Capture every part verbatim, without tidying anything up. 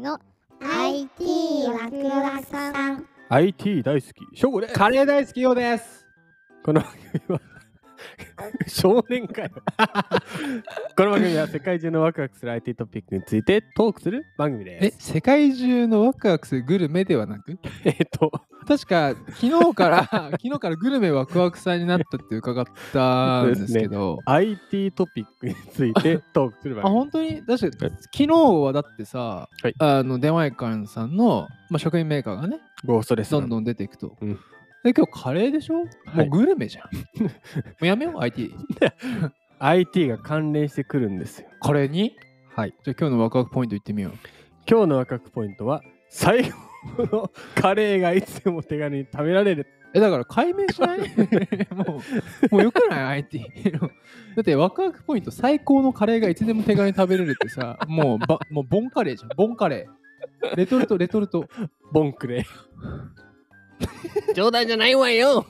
の アイティー ワクワクさん。 アイティー 大好きショゴです。 カレー大好きようです。 この番組は少年かよこの番組は世界中のワクワクする アイティー トピックについてトークする番組です。 え、世界中のワクワクするグルメではなくえっと確か昨日から昨日からグルメワクワクさんになったって伺ったんですけど、 アイティー トピックについてトークする番あ、 組。 本当に確かに昨日はだってさ、 はい、 あの出前館さんの、まあ、食品メーカーがねゴーストレスどんどん出ていくと、 うん、 で今日カレーでしょ、 はい、 もうグルメじゃんもうやめよう アイティーアイティー が関連してくるんですよ。 カレーに。 はい、 じゃあ今日のワクワクポイントいってみよう。 今日のワクワクポイントは最後のカレーがいつでも手軽に食べられる。 え、だから解明しないもう、もうよくない アイティー だってワクワクポイント最高のカレーがいつでも手軽に食べれるってさ、もうばもうボンカレーじゃん。ボンカレーレトルトレトルトボンクレー冗談じゃないわよ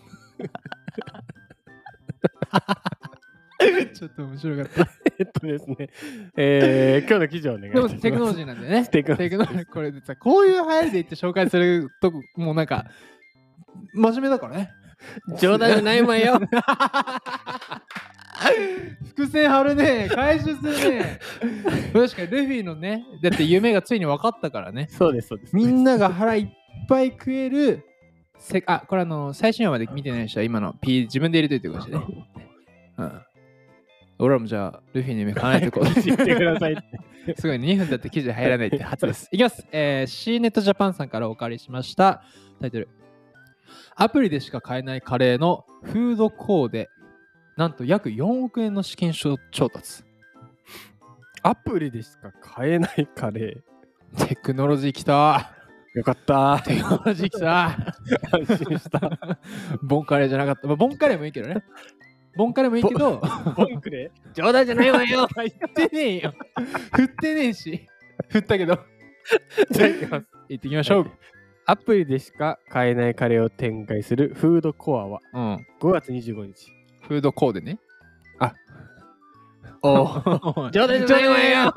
ちょっと面白かったえっとですね、えー、今日の記事をお願いしでます。 もテクノロジーなんだよね。 テクノロジーテクノロジーこれでさ、こういう流行りで言って紹介するとこ、もうなんか真面目だからね。 冗談じゃないわよ伏線張るね、回収するね確かにルフィのね、だって夢がついに分かったからね。 そうですそうです。 みんなが腹いっぱい食えるせ、あ、これあの最新話まで見てない人は今の P 自分で入れといてくださいね。うん。俺らもじゃあルフィの夢叶えていこう。 言ってくださいってすごいにふんだって記事入らないって初です。いきます。えー、C ネットジャパンさんからお借りしましたタイトル。アプリでしか買えないカレーのフードコーデ、なんと約よんおくえんの資金調達。 アプリでしか買えないカレー。テクノロジーきた。 よかった。 テクノロジーきた。 安心した。 ボンカレーじゃなかった。まあ、ボンカレーもいいけどね。ボンカレーもいいけど、 ボンクレー冗談じゃないわよ言ってねえよ。振ってねえし。振ったけど。 じゃあ行きます。 行ってきましょう。 アプリでしか買えないカレーを展開するフードコアは、うん、ごがつにじゅうごにち。 フードコーデね。 あ、おお。冗談じゃないわよ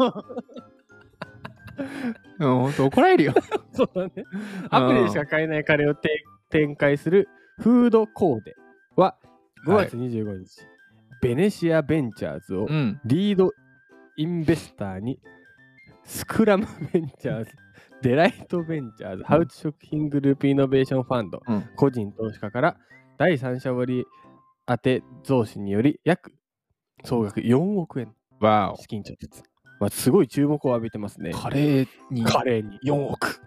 うん、ほんと怒られるよ。 そうだね。アプリでしか買えないカレーを展開するフードコーデはごがつにじゅうごにち、はい、ベネシアベンチャーズをリードインベスターに、スクラムベンチャーズ、デライトベンチャーズ、ハウチ食品グループイノベーションファンド、うん、個人投資家から第三者割当て増資により約総額よんおくえん資金調達。まあ、すごい注目を浴びてますね。 カレーにカレーによんおく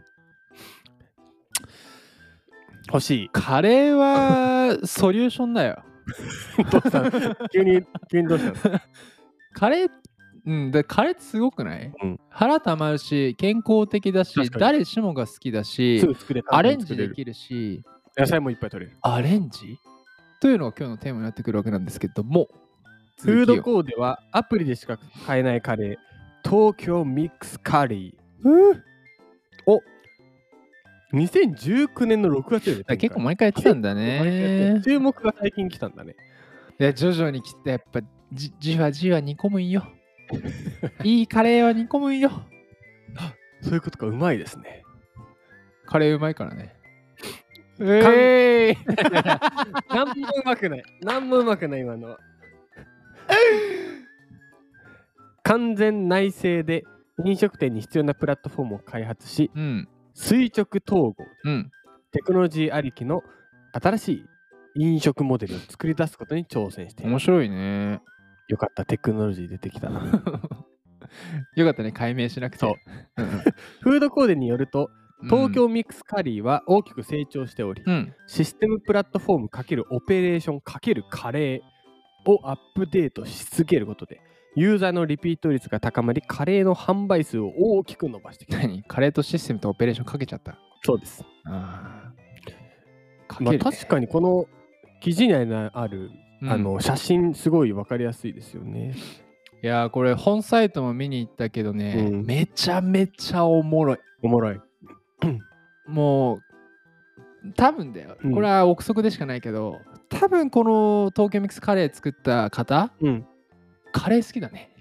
欲しい。 カレーはソリューションだよ。 どうしたの急に急にどうしたのカレー、うん、でカレーってすごくない、うん、腹たまるし、健康的だし、誰しもが好きだし、アレンジできるし、 野菜もいっぱい取れる。 アレンジというのが今日のテーマになってくるわけなんですけども、 フードコーデはアプリでしか買えないカレー、東京ミックスカリーをにせんじゅうきゅうねんのろくがつで結構毎回やってたんだね。 注目が最近来たんだね。 いや、徐々に来て、やっぱじじわじわ煮込むんよ。いいカレーは煮込むんよ。 そういうことか、うまいですね。 カレーうまいからね。 えー、何もうまくない。何もうまくない、今のは。完全内製で飲食店に必要なプラットフォームを開発し、うん、垂直統合、うん、テクノロジーありきの新しい飲食モデルを作り出すことに挑戦している。 面白いね。 よかった、テクノロジー出てきたな。 よかったね、解明しなくて。そうフードコーデによると、東京ミックスカリーは大きく成長しており、うん、システムプラットフォーム×オペレーション×カレーをアップデートし続けることで、ユーザーのリピート率が高まり、カレーの販売数を大きく伸ばしてきた。 何？カレーとシステムとオペレーションかけちゃった？ そうです。あかけるね。まあ、確かにこの記事にある、うん、あの写真すごい分かりやすいですよね。 いやー、これ本サイトも見に行ったけどね、うん、めちゃめちゃおもろい。 おもろい。 もう多分だよ、うん、これは憶測でしかないけど、多分この東京ミックスカレー作った方、うん、カレー好きだね。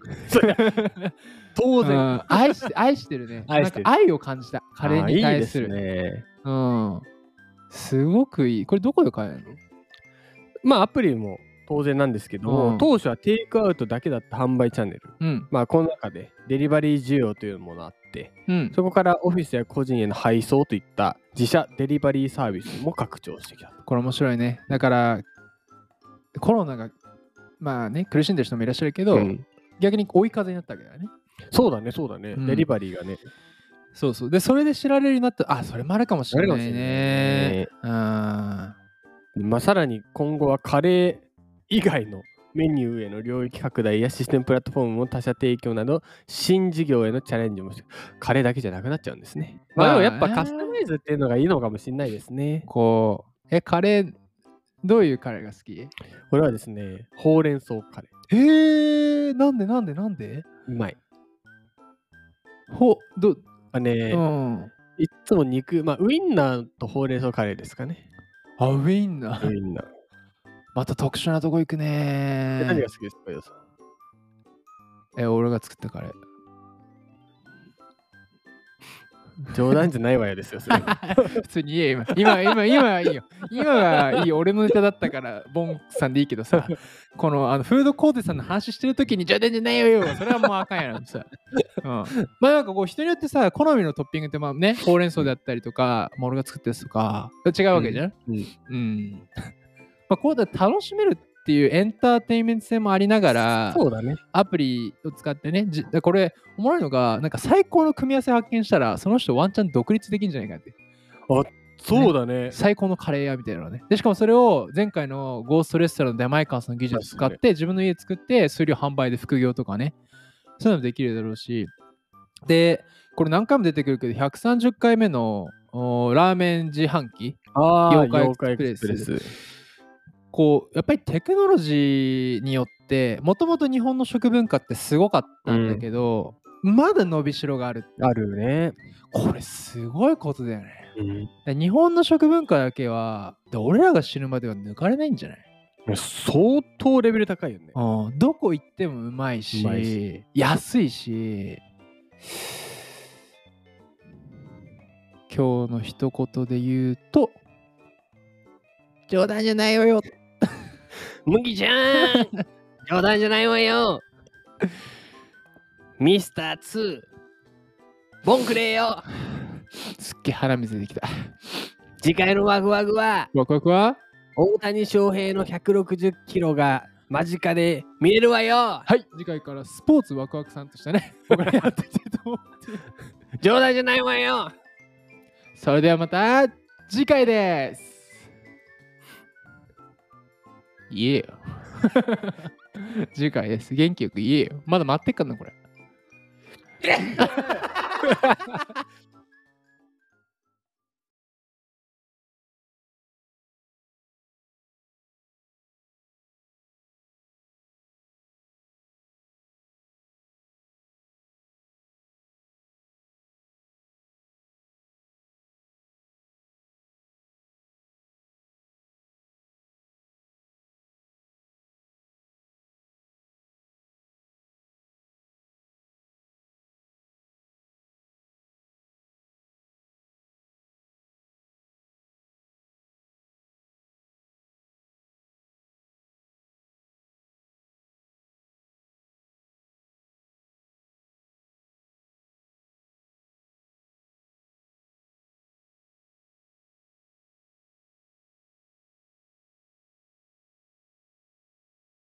当然、 うん愛し愛してるね。 愛してるなんか愛を感じた。カレーに対する。 あーいいですね。 うん。すごくいい。これどこで買えるの？ まあアプリも当然なんですけども、 うん当初はテイクアウトだけだった販売チャンネル。 うん。 まあこの中でデリバリー需要というものがあって、 うん。 そこからオフィスや個人への配送といった自社デリバリーサービスも拡張してきた。 これ面白いね。だからコロナがまあね苦しんでる人もいらっしゃるけど、 うん逆に追い風になったわけだよね。 そうだね、そうだね、 うんデリバリーがね。 そうそう。で、それで知られるようになった。あ、それもあるかもしれないあるね。 かうん。 まあさらに今後はカレー以外のメニューへの領域拡大やシステムプラットフォームも他社提供など新事業へのチャレンジもしてカレーだけじゃなくなっちゃうんですね。まあでもやっぱカスタマイズっていうのがいいのかもしれないですね。 こう、え、カレー、どういうカレーが好き？ これはですね、ほうれん草カレー。 へえ、なんでなんでなんで？ うまい。 ほ、ど、 あね、 うん。 いっつも肉、まあウインナーとほうれん草カレーですかね。 あ、ウインナー。 ウインナー。 また特殊なとこ行くえね何が好きですか、よさん。 え、俺が作ったカレー。 冗談じゃないわよですよ、それ。 普通に言えよ今。今、今、今はいいよ。今がいい。俺のネタだったから、ボンさんでいいけどさ、このあのフードコーデさんの話してるときに、冗談じゃないよよ。それはもうあかんやろさ。うん、まあなんかこう、人によってさ、好みのトッピングってまあね、ほうれん草であったりとか、まあ俺が作ったやつとか、違うわけじゃん。 うんうん。まあこうだって楽しめるっていうエンターテインメント性もありながら、 そうだね。 アプリを使ってね、じこれ、おもろいのが、なんか最高の組み合わせ発見したら、その人ワンチャン独立できんじゃないかって。 そうだね。 最高のカレー屋みたいなのね。で、しかもそれを前回のゴーストレストランの出前館さんの技術を使っそうて、自分の家作って、数量販売で副業とかね、そういうのもできるだろうし、で、これ何回も出てくるけど、ひゃくさんじゅっかいめのおラーメン自販機、 ああ、 妖怪妖怪エクスプレエクスプレス。 こうやっぱりテクノロジーによってもともと日本の食文化ってすごかったんだけど、まだ伸びしろがある。 あるね。 これすごいことだよね。 うん、 日本の食文化だけはで俺らが死ぬまでは抜かれないんじゃない？ 相当レベル高いよね。 うん、どこ行ってもうまいし、 うまいし安いし、今日の一言で言うと、冗談じゃないわよ。 麦ちゃん冗談じゃないわよ。ミスターツーボンくれよ。 すっげえ腹水出てきた。 次回のワクワクはワクワクは大谷翔平のひゃくろくじゅっキロが間近で見えるわよ。 はい次回からスポーツワクワクさんとしてね僕らやっていきたいと思って冗談じゃないわよ。 それではまた次回です。言えよ次回です。元気よく言えよ。まだ待ってっかんなこれ